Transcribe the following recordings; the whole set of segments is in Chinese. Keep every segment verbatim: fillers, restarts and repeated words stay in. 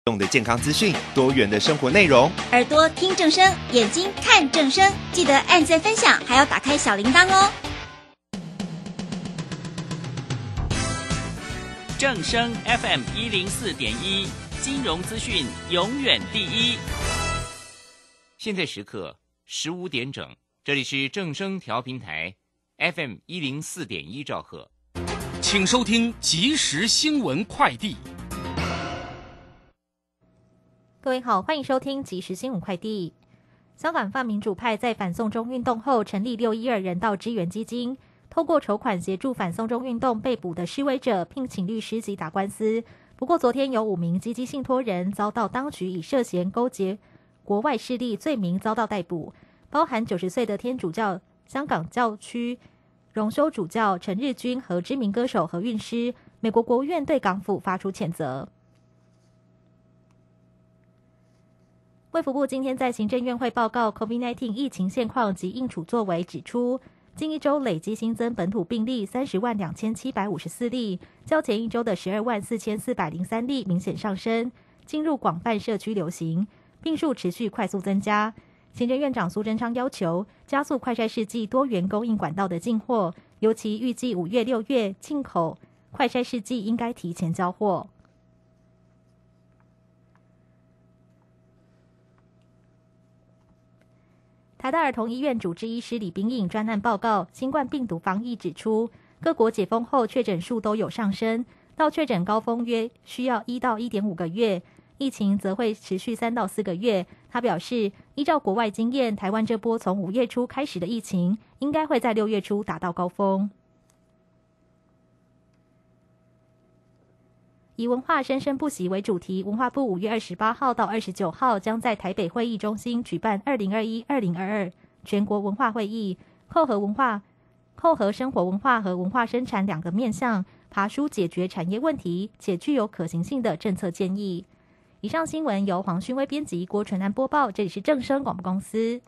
用的健康资讯，多元的生活内容， 耳朵听正声，眼睛看正声，记得按赞分享，还要打开小铃铛哦。 正声 F M 一零四点一，金融资讯永远第一。现在时刻十五点整，这里是正声调频台 F M 一零四点一兆赫， 请收听即时新闻快递。 各位好，欢迎收听即时新闻快递。香港泛民主派在反送中运动后成立六一二人道支援基金，透过筹款协助反送中运动被捕的示威者，聘请律师及打官司。不过昨天有五名积极信托人遭到当局以涉嫌勾结国外势力罪名遭到逮捕，包含九十岁的天主教香港教区荣休主教陈日君和知名歌手何韵诗。美国国务院对港府发出谴责。卫福部今天在行政院会报告 COVID 十九 疫情现况及应处作为，指出近一周累积新增本土病例三十万两千七百五十四例，较前一周的十二万四千四百零三例明显上升，进入广泛社区流行，病数持续快速增加。行政院长苏贞昌要求加速快筛试剂多元供应管道的进货，尤其预计五月、六月进口快筛试剂应该提前交货。台大儿童医院主治医师李秉颖专案报告新冠病毒防疫指出，各国解封后确诊数都有上升，到确诊高峰约需要一到一点五个月，疫情则会持续三到四个月。他表示，依照国外经验，台湾这波从五月初开始的疫情，应该会在六月初达到高峰。以文化生生不息为主题，文化部五月二十八号到二十九号将在台北会议中心举办二零二一二零二二全国文化会议，扣合文化、扣合生活文化和文化生产两个面向，爬梳解决产业问题且具有可行性的政策建议。以上新闻由黄勋威编辑，郭纯安播报，这里是正声广播公司。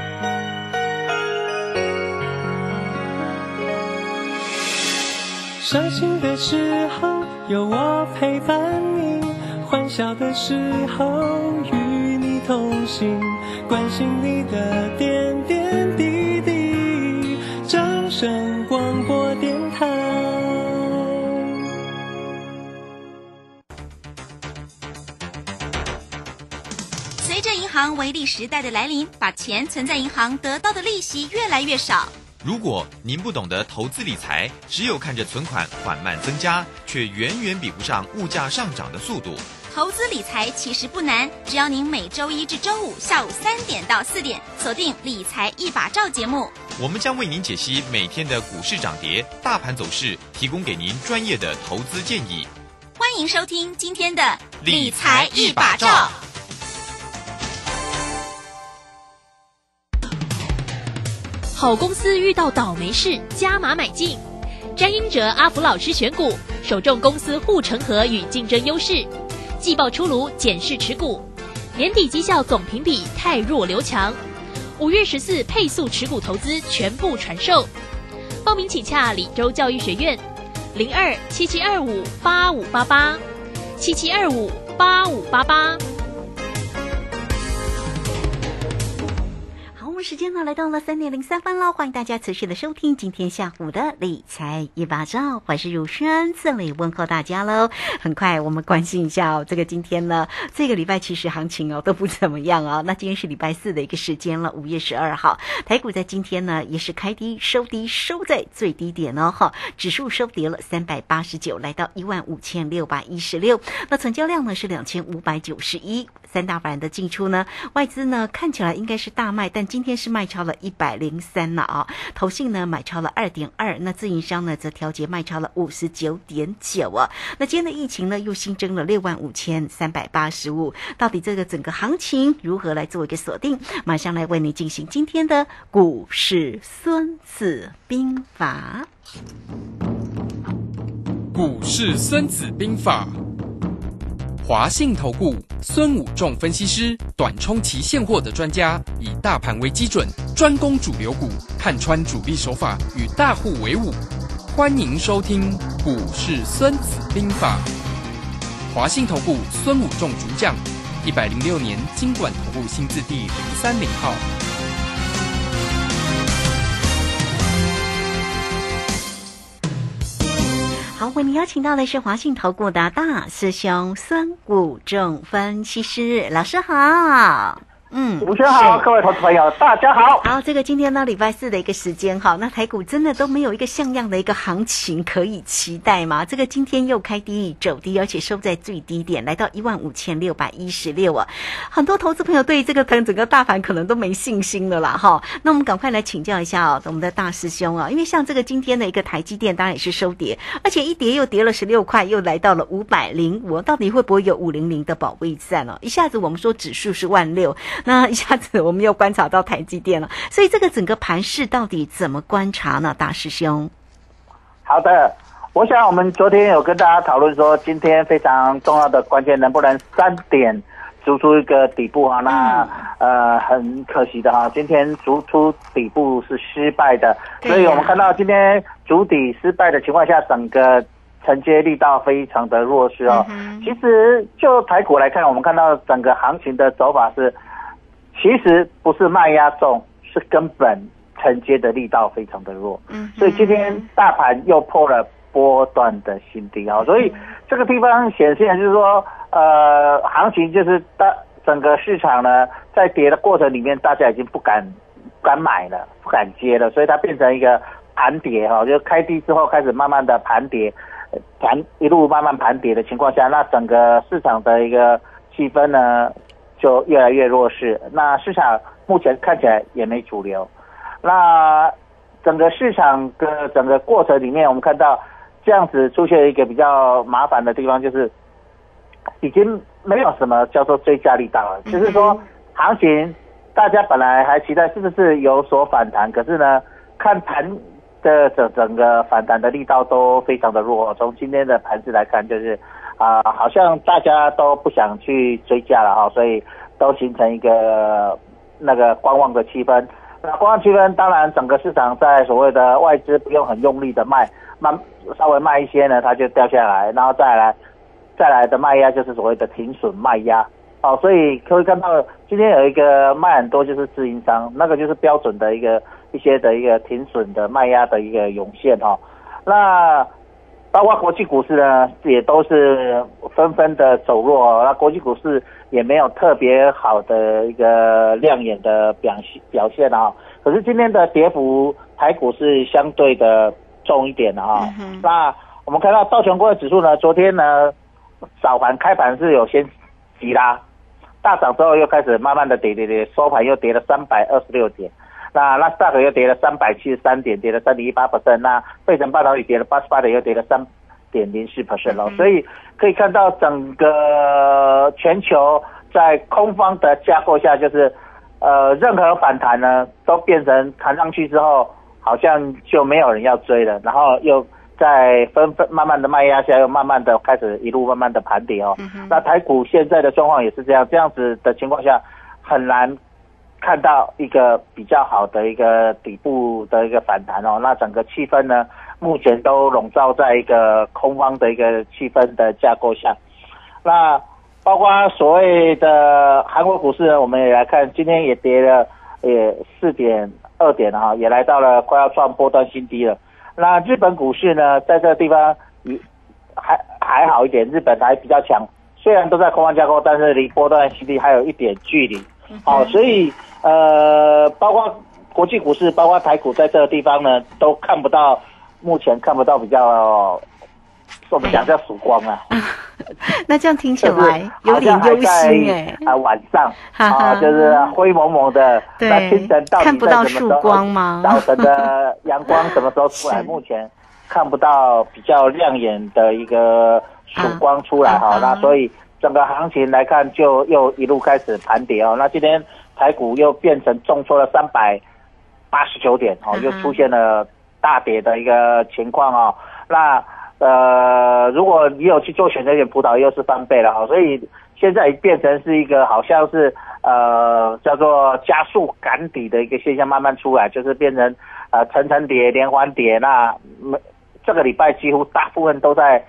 伤心的时候有我陪伴你，欢笑的时候与你同行，关心你的点点滴滴。正声广播电台。 随着银行微利时代的来临，把钱存在银行得到的利息越来越少。 如果您不懂得投资理财，只有看着存款缓慢增加，却远远比不上物价上涨的速度。 投资理财其实不难，只要您每周一至周五下午三点到四点锁定理财一把照节目， 我们将为您解析每天的股市涨跌、大盘走势，提供给您专业的投资建议。 欢迎收听今天的理财一把照。 好公司遇到倒霉事，加码买进。詹英哲、阿福老师选股，首重公司护城河与竞争优势。季报出炉，检视持股。年底绩效总评比太弱留强。五月十四配速持股投资全部传授。报名请洽李州教育学院，零二七七二五八五八八，七七二五八五八八。 时间呢来到了三点零三分了，欢迎大家持续的收听今天下午的理财一把照，我是如轩，这里问候大家喽。很快我们关心一下哦，这个今天呢，这个礼拜其实行情哦都不怎么样啊、哦。那今天是礼拜四的一个时间了，五月十二号，台股在今天呢也是开低收低，收在最低点哦哈，指数收跌了三百八十九，来到一万五千六百一十六。那成交量呢是两千五百九十一，三大法人的进出呢，外资呢看起来应该是大卖，但今天是卖超了一百零三了啊，投信呢买超了 二点二， 那自营商呢则调节卖超了 五十九点九 啊。那今天的疫情呢又新增了六万五千三百八十五，到底这个整个行情如何来做一个锁定？马上来为你进行今天的股市孙子兵法。 股市孙子兵法。华信投顾孙武仲分析师，短冲期现货的专家，以大盘为基准，专攻主流股，看穿主力手法，与大户为伍。欢迎收听股市孙子兵法。 华信投顾孙武仲主讲，一百零六年金管投顾新字第零三零号。 好，为您邀请到的是华信投顾的大师兄孙武仲分析师老师好。嗯， 午间好，各位投资朋友，大家好。 好，这个今天呢，礼拜四的一个时间，哈，那台股真的都没有一个像样的一个行情可以期待吗？这个今天又开低走低，而且收在最低点，来到一万五千六百一十六啊。很多投资朋友对这个整个大盘可能都没信心了啦，哈。那我们赶快来请教一下哦，我们的大师兄啊，因为像这个今天的一个台积电，当然也是收跌，而且一跌又跌了十六块，又来到了五百零五，到底会不会有五零零的保卫战哦？一下子我们说指数是万六。那一下子我们又观察到台积电了，所以这个整个盘势到底怎么观察呢？大师兄。 好的，我想我们昨天有跟大家讨论说，今天非常重要的关键能不能三点逐出一个底部啊？那呃很可惜的哈，今天逐出底部是失败的，所以我们看到今天逐底失败的情况下，整个承接力道非常的弱势哦。嗯、其实就台股来看，我们看到整个行情的走法是。其实不是卖压重，是根本承接的力道非常的弱，嗯，所以今天大盘又破了波段的新低啊，所以这个地方显现就是说，呃，行情就是大整个市场呢，在跌的过程里面，大家已经不敢不敢买了，不敢接了，所以它变成一个盘跌哈，就开低之后开始慢慢的盘跌，盘一路慢慢盘跌的情况下，那整个市场的一个气氛呢。就越来越弱势，那市场目前看起来也没主流，那整个市场的整个过程里面，我们看到这样子出现一个比较麻烦的地方，就是已经没有什么叫做追加力道了，嗯、就是说行情大家本来还期待是不是有所反弹，可是呢，看盘的整整个反弹的力道都非常的弱，从今天的盘势来看，就是。啊、呃，好像大家都不想去追价了哈，所以都形成一个那个观望的气氛。那观望气氛，当然整个市场在所谓的外资不用很用力的卖，慢稍微卖一些呢，它就掉下来，然后再来再来的卖压就是所谓的停损卖压。哦，所以可以看到今天有一个卖很多就是自营商，那个就是标准的一个一些的一个停损的卖压的一个涌现哈、哦。那包括国际股市呢，也都是纷纷的走弱，那国际股市也没有特别好的一个亮眼的表现表现啊。可是今天的跌幅，台股是相对的重一点的啊。嗯、那我们看到道琼工业指数呢，昨天呢早盘开盘是有先急拉，大涨之后又开始慢慢的跌跌跌，收盘又跌了三百二十六点。那纳斯达克又跌了三百七十三点，跌了 三点一八 percent。那费城半导体跌了八十八点，又跌了 三点零四 percent 了。所以可以看到整个全球在空方的架构下，就是呃任何反弹呢都变成弹上去之后，好像就没有人要追了，然后又在纷纷慢慢的卖压下，又慢慢的开始一路慢慢的盘跌哦。嗯、那台股现在的状况也是这样，这样子的情况下很难。看到一个比较好的一个底部的一个反弹哦，那整个气氛呢，目前都笼罩在一个空方的一个气氛的架构下。那包括所谓的韩国股市呢，我们也来看，今天也跌了也四点二点哈，也来到了快要创波段新低了。那日本股市呢，在这个地方还还好一点，日本还比较强，虽然都在空方架构，但是离波段新低还有一点距离。好、哦，所以呃，包括国际股市，包括台股，在这个地方呢，都看不到，目前看不到比较，我们讲叫曙光啊。 那这样听起来有点忧心哎。 啊，晚上啊，就是灰蒙蒙的，那清晨到底看不到曙光吗？ 早晨的阳光什么时候出来？目前看不到比较亮眼的一个曙光出来哈、啊，那所以。整个行情来看，就又一路开始盘跌哦。那今天台股又变成重挫了三百八十九点哦，又出现了大跌的一个情况哦。那呃，如果你有去做选择权辅导，又是翻倍了哦。所以现在变成是一个好像是呃叫做加速赶底的一个现象慢慢出来，就是变成呃层层跌、连环跌。那这个礼拜几乎大部分都在。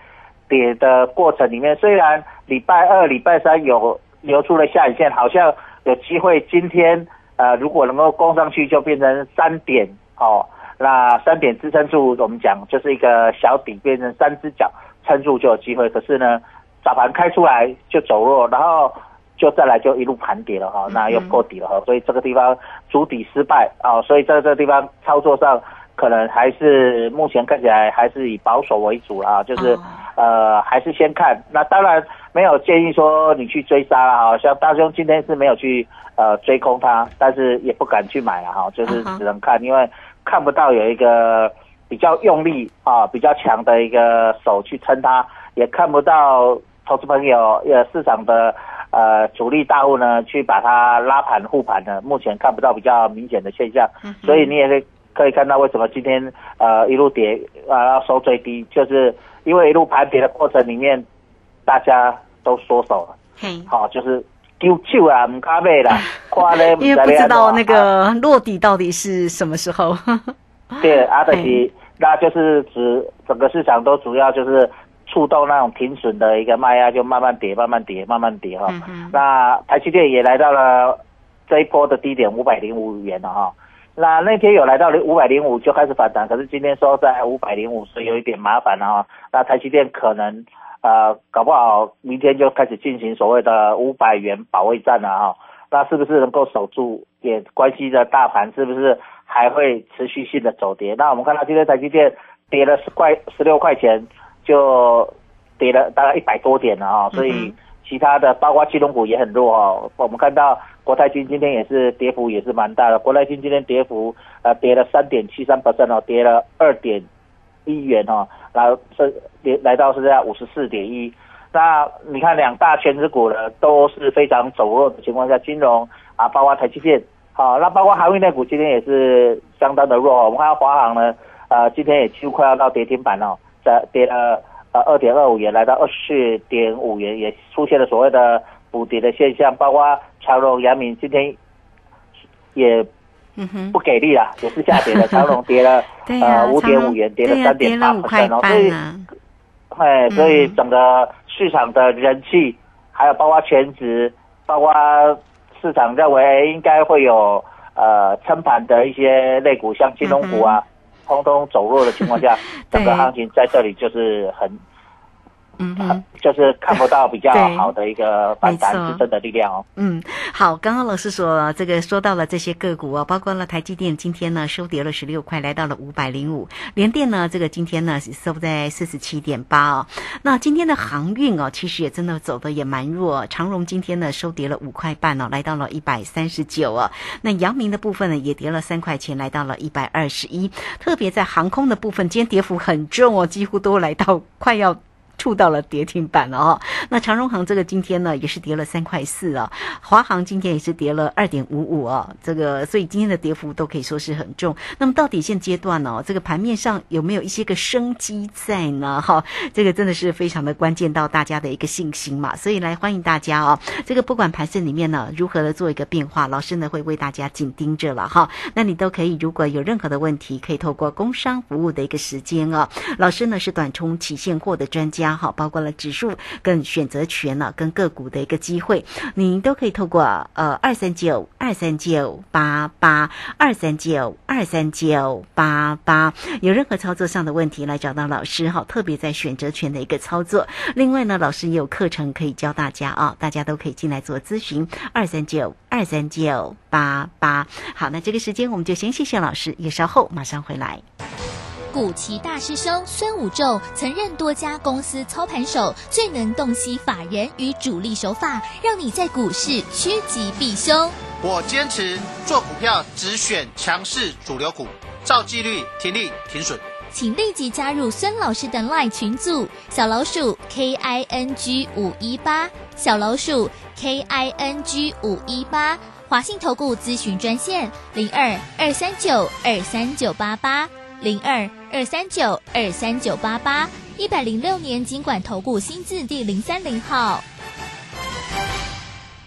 跌的过程里面，虽然礼拜二、礼拜三有留出了下影线，好像有机会今天呃如果能够攻上去，就变成三点哦。那三点支撑住，我们讲就是一个小底，变成三只脚撑住就有机会。可是呢，早盘开出来就走弱，然后就再来就一路盘跌了哈，那又破底了哈，所以这个地方主底失败啊，所以在这个地方操作上可能还是目前看起来还是以保守为主啦，就是、哦、呃还是先看。那当然没有建议说你去追杀啦哈，像大兄今天是没有去呃追空它，但是也不敢去买了哈，就是只能看，因为看不到有一个比较用力啊比较强的一个手去撑它，也看不到投资朋友呃市场的呃主力大户呢去把它拉盘护盘的，目前看不到比较明显的现象，嗯、所以你也可以可以看到为什么今天呃一路跌啊要收最低，就是因为一路盘跌的过程里面大家都缩手了，好、哦、就是丢手啊唔敢买啦，看咧因为不知道那个落底到底是什么时候。 对啊，就是那就是指整个市场都主要就是触动那种停损的一个卖压，就慢慢跌慢慢跌慢慢跌哈、嗯。那台积电也来到了这一波的低点五百零五元了哈。那那天有来到五百零五就开始反弹，可是今天收在五百零五，所以有一点麻烦了哈。那台积电可能呃搞不好明天就开始进行所谓的五百元保卫战了哈。那是不是能够守住，也关系着大盘是不是还会持续性的走跌。那我们看到今天台积电跌了十块十六块钱，就跌了大概一百多点了哈，所以其他的包括金融股也很弱哦。我们看到国泰金今天也是跌幅也是蛮大的，国泰金今天跌幅呃跌了 三点七三 percent 哦，跌了 二点一元哦，然后是跌来到是在 五十四点一。那你看两大全指股呢都是非常走弱的情况下，金融啊包括台积电好、哦，那包括航运类股今天也是相当的弱、哦、我们看到华航呢呃今天也几乎快要到跌停板了，在跌了呃 二点二五元来到 二十四点五元，也出现了所谓的补跌的现象，包括长荣阳明今天也不给力啦，也是下跌的，长荣跌了呃 五点五元，跌了 三点八 percent 哦，所以哎，所以整个市场的人气，还有包括全值，包括市场认为应该会有呃撑盘的一些类股，像金融股啊，嗯、通通走弱的情况下，整个行情在这里就是很。嗯哼，就是看不到比较好的一个反弹支撑的力量哦。 嗯，好，刚刚老师说这个说到了这些个股哦，包括了台积电今天呢收跌了十六块，来到了五百零五，联电呢这个今天呢收在 四十七点八 哦。那今天的航运哦，其实也真的走的也蛮弱，长荣今天呢收跌了五块半哦，来到了一百三十九哦。那阳明的部分呢也跌了三块钱，来到了一百二十一。特别在航空的部分，今天跌幅很重哦，几乎都来到快要触到了跌停板了哦。那长荣航这个今天呢也是跌了三块四啊，华航今天也是跌了二点五五啊，这个所以今天的跌幅都可以说是很重。那么到底现阶段呢、哦，这个盘面上有没有一些个生机在呢？哈、哦，这个真的是非常的关键到大家的一个信心嘛。所以来欢迎大家哦，这个不管盘势里面呢如何的做一个变化，老师呢会为大家紧盯着了哈。那你都可以，如果有任何的问题，可以透过工商服务的一个时间哦。老师呢是短冲期现货的专家。好，包括了指数跟选择权呢、啊，跟个股的一个机会，你都可以透过呃二三九二三九八八二三九二三九八八，有任何操作上的问题来找到老师哈，特别在选择权的一个操作。另外呢，老师也有课程可以教大家啊，大家都可以进来做咨询，二三九二三九八八。好，那这个时间我们就先谢谢老师，也稍后马上回来。 古奇大师兄孙武仲曾任多家公司操盘手，最能洞悉法人与主力手法，让你在股市趋吉避凶。 我坚持做股票只选强势主流股，照纪律停利停损。 请立即加入孙老师的 LINE 群组，小老鼠 K I N G 五一八， 小老鼠 K I N G 五一八， 华信投顾咨询专线零二二三九二三九八八。零二二三九二三九八八，一百零六年金管投顾新字第零三零号。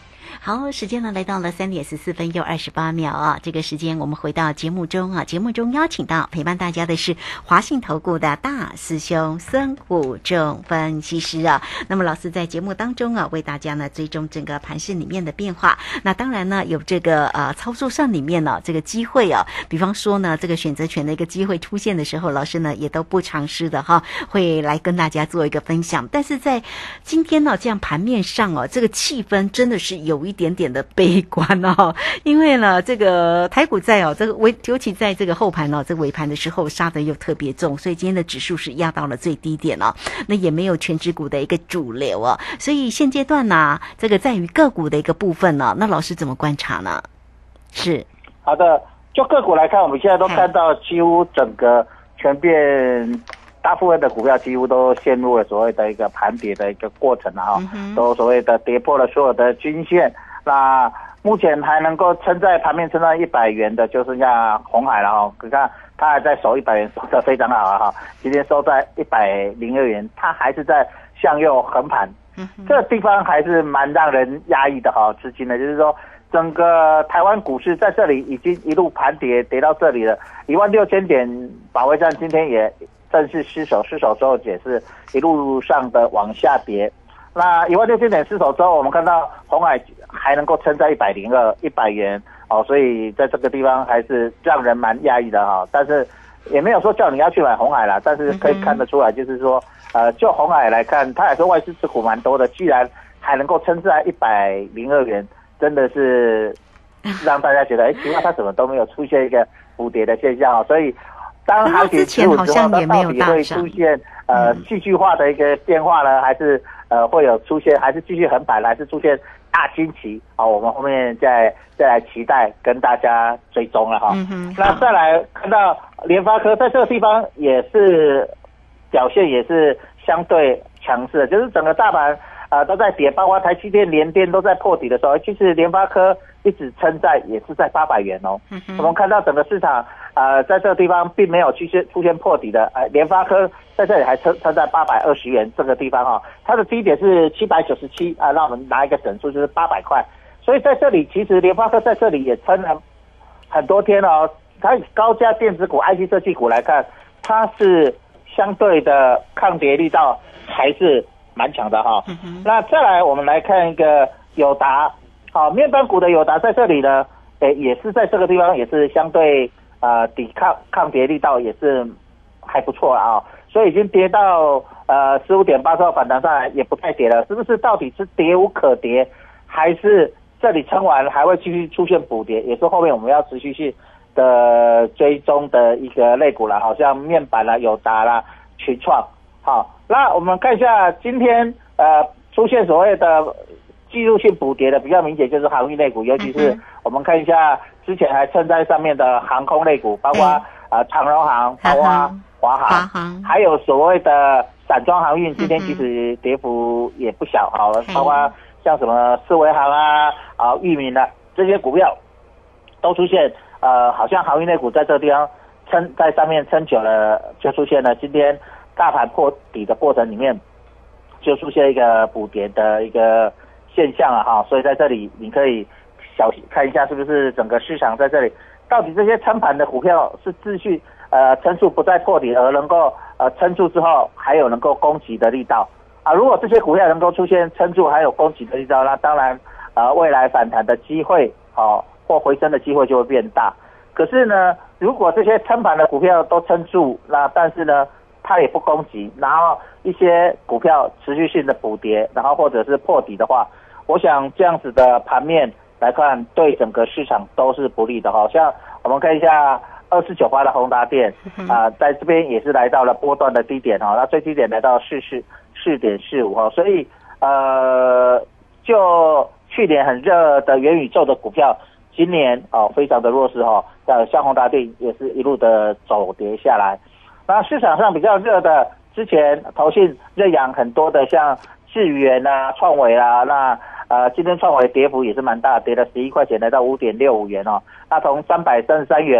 好，时间呢来到了三点十四分又二十八秒啊，这个时间我们回到节目中啊，节目中邀请到陪伴大家的是华信投顾的大师兄孙武仲分析师啊。那么老师在节目当中啊，为大家呢追踪整个盘势里面的变化。那当然呢，有这个呃操作上里面呢、啊、这个机会啊，比方说呢这个选择权的一个机会出现的时候，老师呢也都不藏私的哈，会来跟大家做一个分享。但是在今天呢、啊、这样盘面上哦、啊，这个气氛真的是有一点点的悲观哦，因为呢，这个台股在哦，这个尾尤其在这个后盘哦，这个尾盘的时候杀得又特别重，所以今天的指数是压到了最低点哦。那也没有全指股的一个主流哦，所以现阶段呢、啊，这个在于个股的一个部分呢、啊，那老师怎么观察呢？是好的，就个股来看，我们现在都看到几乎整个全面。大部分的股票几乎都陷入了所谓的一个盘跌的一个过程啊、嗯，都所谓的跌破了所有的均线。那目前还能够撑在盘面撑到一百元的，就剩下鸿海了哈。你看它还在守一百元，守得非常好啊哈。今天收在一百零二元，它还是在向右横盘，嗯、这个地方还是蛮让人压抑的哈。资金呢，就是说整个台湾股市在这里已经一路盘跌，跌到这里了，一万六千点保卫战，今天也正式失守，失守之后也是一路上的往下跌。那一万六千点失守之后，我们看到鸿海还能够撑在一百零二、一百元哦，所以在这个地方还是让人蛮压抑的哈、哦。但是也没有说叫你要去买鸿海啦，但是可以看得出来，就是说，呃，就鸿海来看，它也是外资持股蛮多的，居然还能够撑在一百零二元，真的是让大家觉得，哎，奇怪，它怎么都没有出现一个补跌的现象哦，所以。当行情起舞之后，它到底会出现呃戏剧化的一个变化呢，还是呃会有出现，还是继续横盘，还是出现大惊奇？好、哦，我们后面再再来期待跟大家追踪了哈。嗯、那再来看到联发科在这个地方也是表现也是相对强势的，就是整个大盘啊、呃、都在跌，包括台积电、联电都在破底的时候，其实联发科一直撑在也是在八百元哦。嗯、我们看到整个市场。呃，在这个地方并没有出现出现破底的，呃，联发科在这里还撑撑在八百二十元这个地方哈、哦，它的低点是七百九十七啊，让我们拿一个整数就是八百块，所以在这里其实联发科在这里也撑了很多天哦。它高价电子股、I C 设计股来看，它是相对的抗跌力道还是蛮强的哈、哦嗯。那再来我们来看一个友达，好、哦，面板股的友达在这里呢，诶，也是在这个地方也是相对。呃，抵抗抗跌力道也是还不错啊、哦，所以已经跌到呃十五点八之后反弹上来也不太跌了，是不是？到底是跌无可跌，还是这里撑完还会继续出现补跌？也是后面我们要持续性的追踪的一个类股啦，好像面板啦、友达啦、群创。好，那我们看一下今天呃出现所谓的技术性补跌的比较明显，就是航运类股，尤其是我们看一下。之前还撑在上面的航空类股，包括呃长荣航，包括华航，航还有所谓的散装航运，今天其实跌幅也不小哈、嗯，包括像什么四维航啊、啊裕民啊这些股票，都出现呃，好像航运类股在这个地方撑在上面撑久了，就出现了今天大盘破底的过程里面，就出现一个补跌的一个现象了哈，所以在这里你可以。小看一下是不是整个市场在这里，到底这些撑盘的股票是继续呃撑住不再破底，而能够呃撑住之后还有能够攻击的力道啊？如果这些股票能够出现撑住还有攻击的力道，那当然呃未来反弹的机会哦或回升的机会就会变大。可是呢，如果这些撑盘的股票都撑住，那但是呢它也不攻击，然后一些股票持续性的补跌，然后或者是破底的话，我想这样子的盘面。来看，对整个市场都是不利的。好像我们看一下二四九八的宏达电啊、呃，在这边也是来到了波段的低点哈，那最低点来到四四四点四五哈，所以呃，就去年很热的元宇宙的股票，今年哦非常的弱势哈，像宏达电也是一路的走跌下来。那市场上比较热的，之前投信认养很多的，像智原啊、创惟啦，那。呃，今天创惟跌幅也是蛮大，跌了十一块钱，来到五点六五元哦。那从三百三十三元，呃，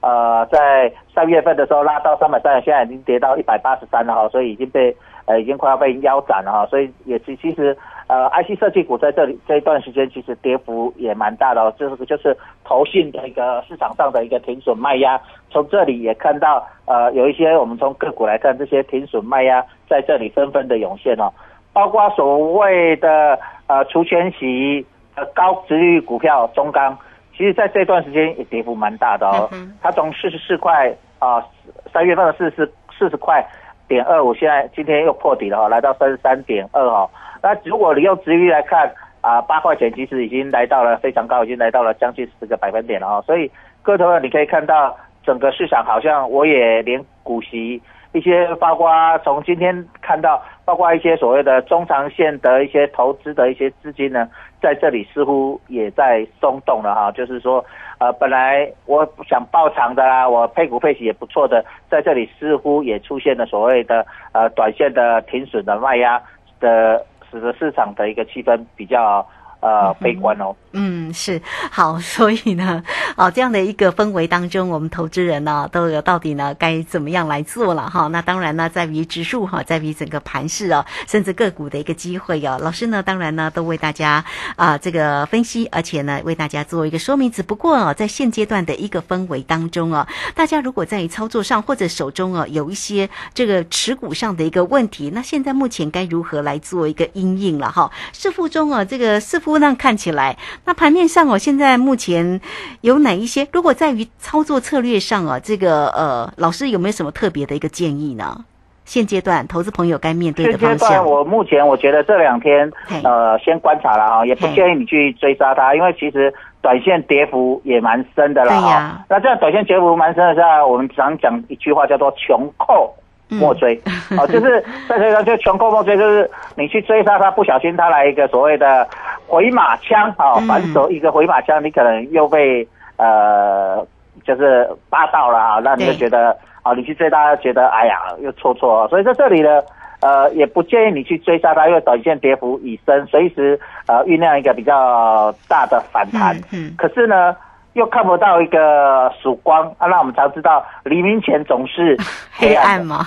呃在三月份的时候拉到三百三，现在已经跌到一百八十三了哈，所以已经被呃已经快要被腰斩了哈，所以也是其实呃 I C 设计股在这里这一段时间其实跌幅也蛮大的哦，这个就是投信的一个市场上的一个停损卖压，从这里也看到呃有一些我们从个股来看，这些停损卖压在这里纷纷的涌现哦，包括所谓的呃除权息呃高殖利率股票中钢，其实在这段时间也跌幅蛮大的哦，嗯、它从四十四块啊三月份的四十四十块点二五，现在今天又破底了哦，来到三十三点二哦。那如果你用殖利率来看啊，八块钱其实已经来到了非常高，已经来到了将近十个百分点了哦。所以各位朋友，你可以看到整个市场好像我也连股息一些，包括从今天看到，包括一些所谓的中长线的一些投资的一些资金呢，在这里似乎也在松动了哈。就是说，呃，本来我想爆长的啦，我配股配息也不错的，在这里似乎也出现了所谓的呃短线的停损的卖压的。使得市场的一个气氛比较呃悲观哦。 嗯，是好，所以呢，哦，这样的一个氛围当中，我们投资人呢都有到底呢该怎么样来做了哈？那当然呢，在于指数哈，在于整个盘势哦，甚至个股的一个机会哦。老师呢，当然呢都为大家啊、呃、这个分析，而且呢为大家做一个说明。只不过哦，在现阶段的一个氛围当中哦，大家如果在操作上或者手中哦有一些这个持股上的一个问题，那现在目前该如何来做一个因应了哈？市府中哦，这个似乎让看起来。那盘面上哦，现在目前有哪一些？如果在于操作策略上哦，这个呃，老师有没有什么特别的一个建议呢？现阶段投资朋友该面对的方向。 现阶段我目前我觉得这两天呃先观察了哈，也不建议你去追杀它，因为其实短线跌幅也蛮深的了哈。对呀。那这样短线跌幅蛮深的时候，我们常讲一句话叫做穷寇莫追，嗯、哦，就是在这个就穷寇莫追，就是你去追杀它，不小心它来一个所谓的回马枪啊、哦，反手一个回马枪，你可能又被呃就是扒到了啊，那你就觉得啊、哦，你去追它，觉得哎呀又错错，所以在这里呢，呃，也不建议你去追杀它，因为短线跌幅已深，随时呃酝酿一个比较大的反弹。嗯，嗯可是呢。又看不到一个曙光啊！那我们才知道黎明前总是黑暗嘛。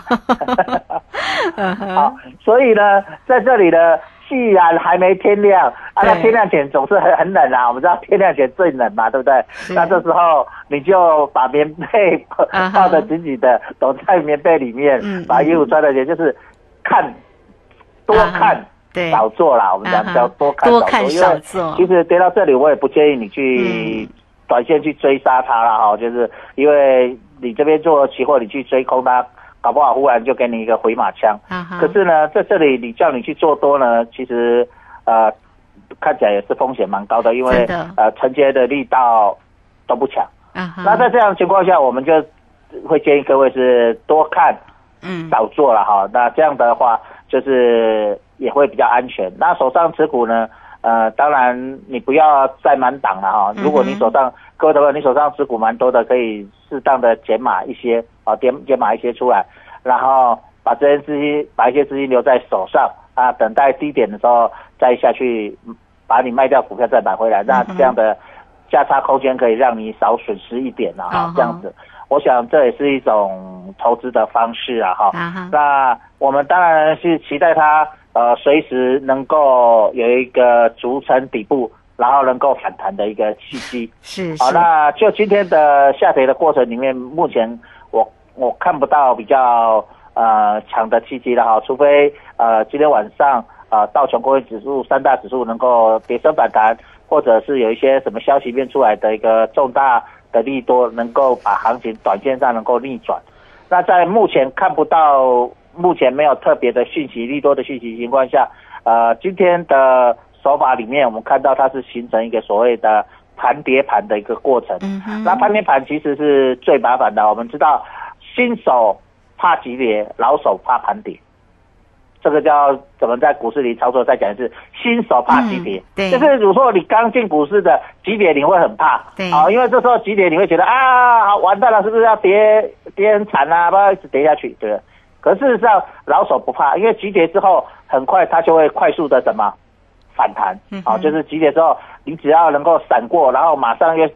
好，所以呢，在这里呢，既然还没天亮啊，那天亮前总是很很冷啊。我们知道天亮前最冷嘛，对不对？那这时候你就把棉被抱得紧紧的，躲在棉被里面，嗯、把衣服穿得紧，就是看多看。对，少做啦，我们讲叫多看少做。多看少做。其实跌到这里，我也不建议你去。嗯短线去追杀它了哈，就是因为你这边做期货，你去追空它，搞不好忽然就给你一个回马枪。Uh-huh. 可是呢，在这里你叫你去做多呢，其实呃看起来也是风险蛮高的，因为呃承接的力道都不强。Uh-huh. 那在这样的情况下，我们就会建议各位是多看，嗯，少做了哈。那这样的话，就是也会比较安全。那手上持股呢？呃，当然你不要再满档了哈。如果你手上、嗯、各位朋友，你手上持股蛮多的，可以适当的减码一些啊，减减码一些出来，然后把这些资金，把一些资金留在手上啊，等待低点的时候再下去把你卖掉股票再买回来，那这样的价差空间可以让你少损失一点啊，哈，这样子。我想这也是一种投资的方式啊，哈。那我们当然是期待它。呃，随时能够有一个逐层底部，然后能够反弹的一个契机。是，好，那就今天的下跌的过程里面，目前我我看不到比较呃强的契机了哈，除非呃今天晚上呃道琼工业指数三大指数能够跌升反弹，或者是有一些什么消息面出来的一个重大的利多，能够把行情短线上能够逆转。那在目前看不到。目前没有特别的讯息利多的讯息情况下，呃，今天的手法里面，我们看到它是形成一个所谓的盘跌盘的一个过程。嗯哼。那盘跌盘其实是最麻烦的。我们知道，新手怕急跌，老手怕盘跌。这个叫怎么在股市里操作？再讲一次，新手怕急跌。嗯、对。就是如果你刚进股市的急跌，你会很怕。对。啊、哦，因为这时候急跌，你会觉得啊，好完蛋了，是不是要跌跌很惨啊？不要一直跌下去，对不对？可事实上，老手不怕，因为急跌之后，很快它就会快速的什么反弹，嗯、啊，就是急跌之后，你只要能够闪过，然后马上又到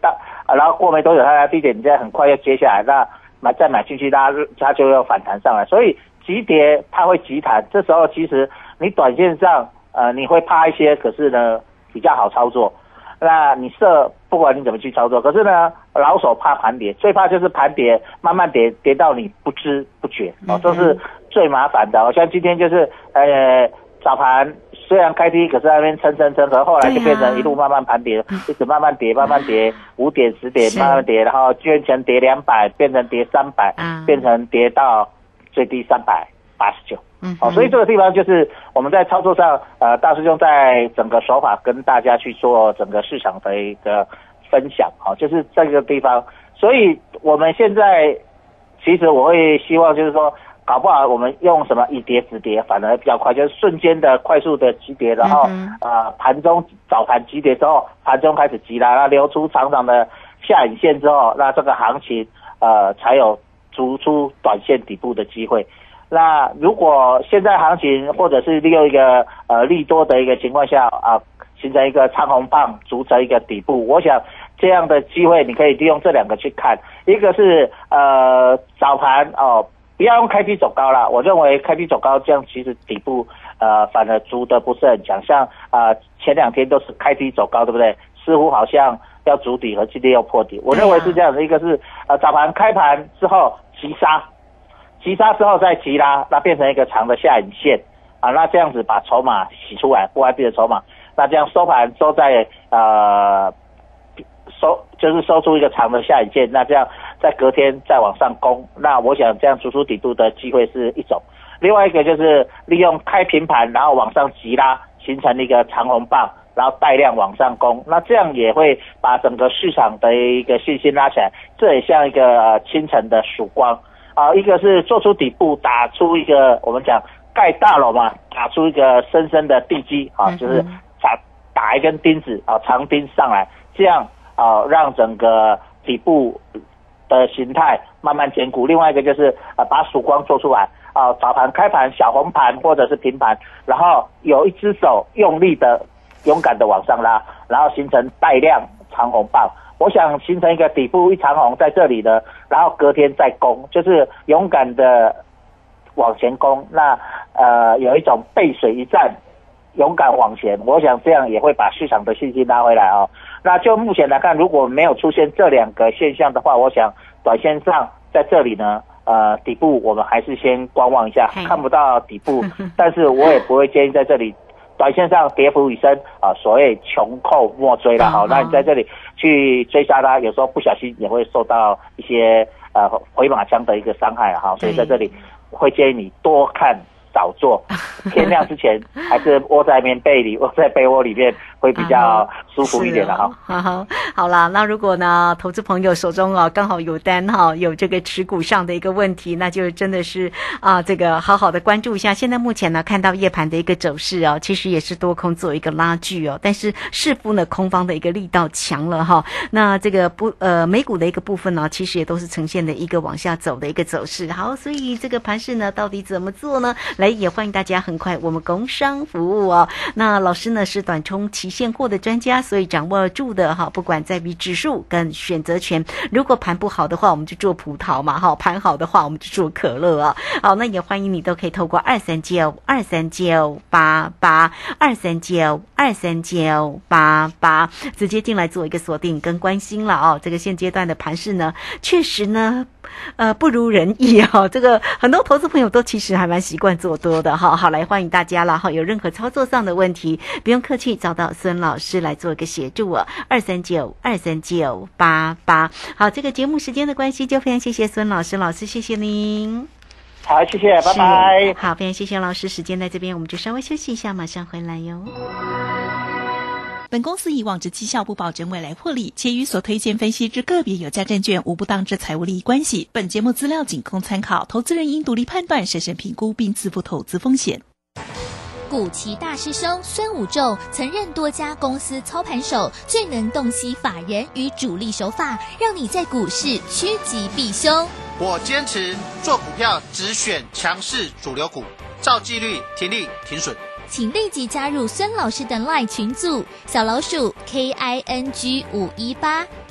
啊，然后过没多久它的低点，你再很快又接下来，那买再买进去，它它就要反弹上来，所以急跌它会急弹，这时候其实你短线上呃你会怕一些，可是呢比较好操作。那你设不管你怎么去操作，可是呢老手怕盘跌，最怕就是盘跌慢慢跌跌到你不知不觉哦，这是最麻烦的。像今天就是呃早盘虽然开低，可是那边撑撑撑，可是后来就变成一路慢慢盘跌，一直慢慢跌慢慢跌，五点十点慢慢跌，然后捐钱跌两百，变成跌三百，变成跌到最低三百八十九。嗯，好、哦，所以这个地方就是我们在操作上，呃，大师兄在整个手法跟大家去做整个市场的一个分享，好、哦，就是这个地方。所以我们现在其实我会希望就是说，搞不好我们用什么以跌止跌，反而比较快，就是瞬间的快速的急跌，然后、嗯、呃盘中早盘急跌之后，盘中开始急拉，那留出长长的下影线之后，那这个行情呃才有逐出短线底部的机会。那如果现在行情或者是利用一个呃利多的一个情况下啊，形成一个长红棒组成一个底部，我想这样的机会你可以利用这两个去看，一个是呃早盘哦，不要用开低走高啦，我认为开低走高这样其实底部呃反而筑的不是很强，像啊、呃、前两天都是开低走高，对不对？似乎好像要筑底和今天要破底，我认为是这样的，一个是呃早盘开盘之后急杀。急杀之后再急拉，那变成一个长的下影线啊，那这样子把筹码洗出来，不外币的筹码，那这样收盘收在呃收就是收出一个长的下影线，那这样在隔天再往上攻，那我想这样逐出底部的机会是一种。另外一个就是利用开平盘，然后往上急拉，形成一个长红棒，然后带量往上攻，那这样也会把整个市场的一个信心拉起来，这也像一个、呃、清晨的曙光。啊，一个是做出底部，打出一个我们讲盖大楼嘛，打出一个深深的地基啊，就是打打一根钉子啊，长钉上来，这样啊，让整个底部的形态慢慢坚固。另外一个就是啊，把曙光做出来啊，早盘开盘小红盘或者是平盘，然后有一只手用力的、勇敢的往上拉，然后形成带量长红棒。我想形成一个底部一长红在这里的，然后隔天再攻，就是勇敢的往前攻。那呃有一种背水一战，勇敢往前，我想这样也会把市场的信心拉回来哦。那就目前来看，如果没有出现这两个现象的话，我想短线上在这里呢，呃底部我们还是先观望一下，看不到底部，但是我也不会建议在这里。短线上跌幅已深啊，所谓穷寇莫追了，好，那你在这里去追杀它，有时候不小心也会受到一些呃回马枪的一个伤害哈，所以在这里会建议你多看少做，天亮之前还是窝在棉被里，窝在被窝里面会比较舒服一点的哈。 好好好啦，那如果呢，投资朋友手中啊刚好有单哈，有这个持股上的一个问题，那就真的是啊这个好好的关注一下。现在目前呢，看到夜盘的一个走势哦，其实也是多空做一个拉锯哦，但是似乎呢空方的一个力道强了哈。那这个不呃美股的一个部分呢，其实也都是呈现的一个往下走的一个走势。好，所以这个盘势呢，到底怎么做呢？来，也欢迎大家很快我们工商服务哦。那老师呢是短冲期现货的专家，所以掌握住的哈，不管在于指数跟选择权。如果盘不好的话，我们就做葡萄嘛哈；盘好的话，我们就做可乐啊。好，那也欢迎你都可以透过二三九二三九八八二三九二三九八八直接进来做一个锁定跟关心了哦。这个现阶段的盘势呢，确实呢。呃，不如人意哈、哦，这个很多投资朋友都其实还蛮习惯做多的哈。好，来欢迎大家了哈，有任何操作上的问题，不用客气，找到孙老师来做一个协助啊，二三九二三九八八。好，这个节目时间的关系，就非常谢谢孙老师，老师谢谢您。 好，谢谢，拜拜。 好，非常谢谢老师，时间在这边，我们就稍微休息一下，马上回来哟。 本公司以往之绩效不保证未来获利，且与所推荐分析之个别有价证券无不当之财务利益关系。本节目资料仅供参考，投资人应独立判断、审慎评估并自负投资风险。 古奇大师兄孙武仲曾任多家公司操盘手，最能洞悉法人与主力手法，让你在股市趋吉避凶。 我坚持做股票只选强势主流股，照纪律停利停损。 请立即加入孙老师的 LINE 群组，小老鼠 K I N G 五一八，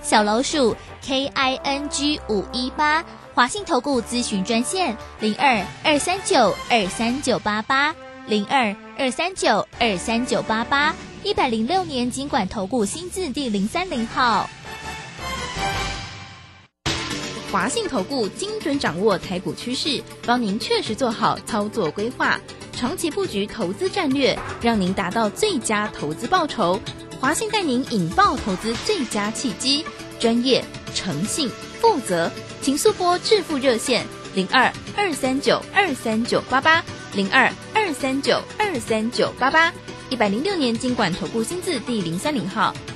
小老鼠 K I N G 五一八，华信投顾咨询专线零二二三九二三九八八零二二三九二三九八八，一百零六年金管投顾新字第零三零号。 华信投顾精准掌握台股趋势，帮您确实做好操作规划，长期布局投资战略，让您达到最佳投资报酬。华信带您引爆投资最佳契机，专业、诚信、负责，请速拨致富热线零二二三九二三九八八零二二三九二三九八八，一百零六年金管投顾新字第零三零号。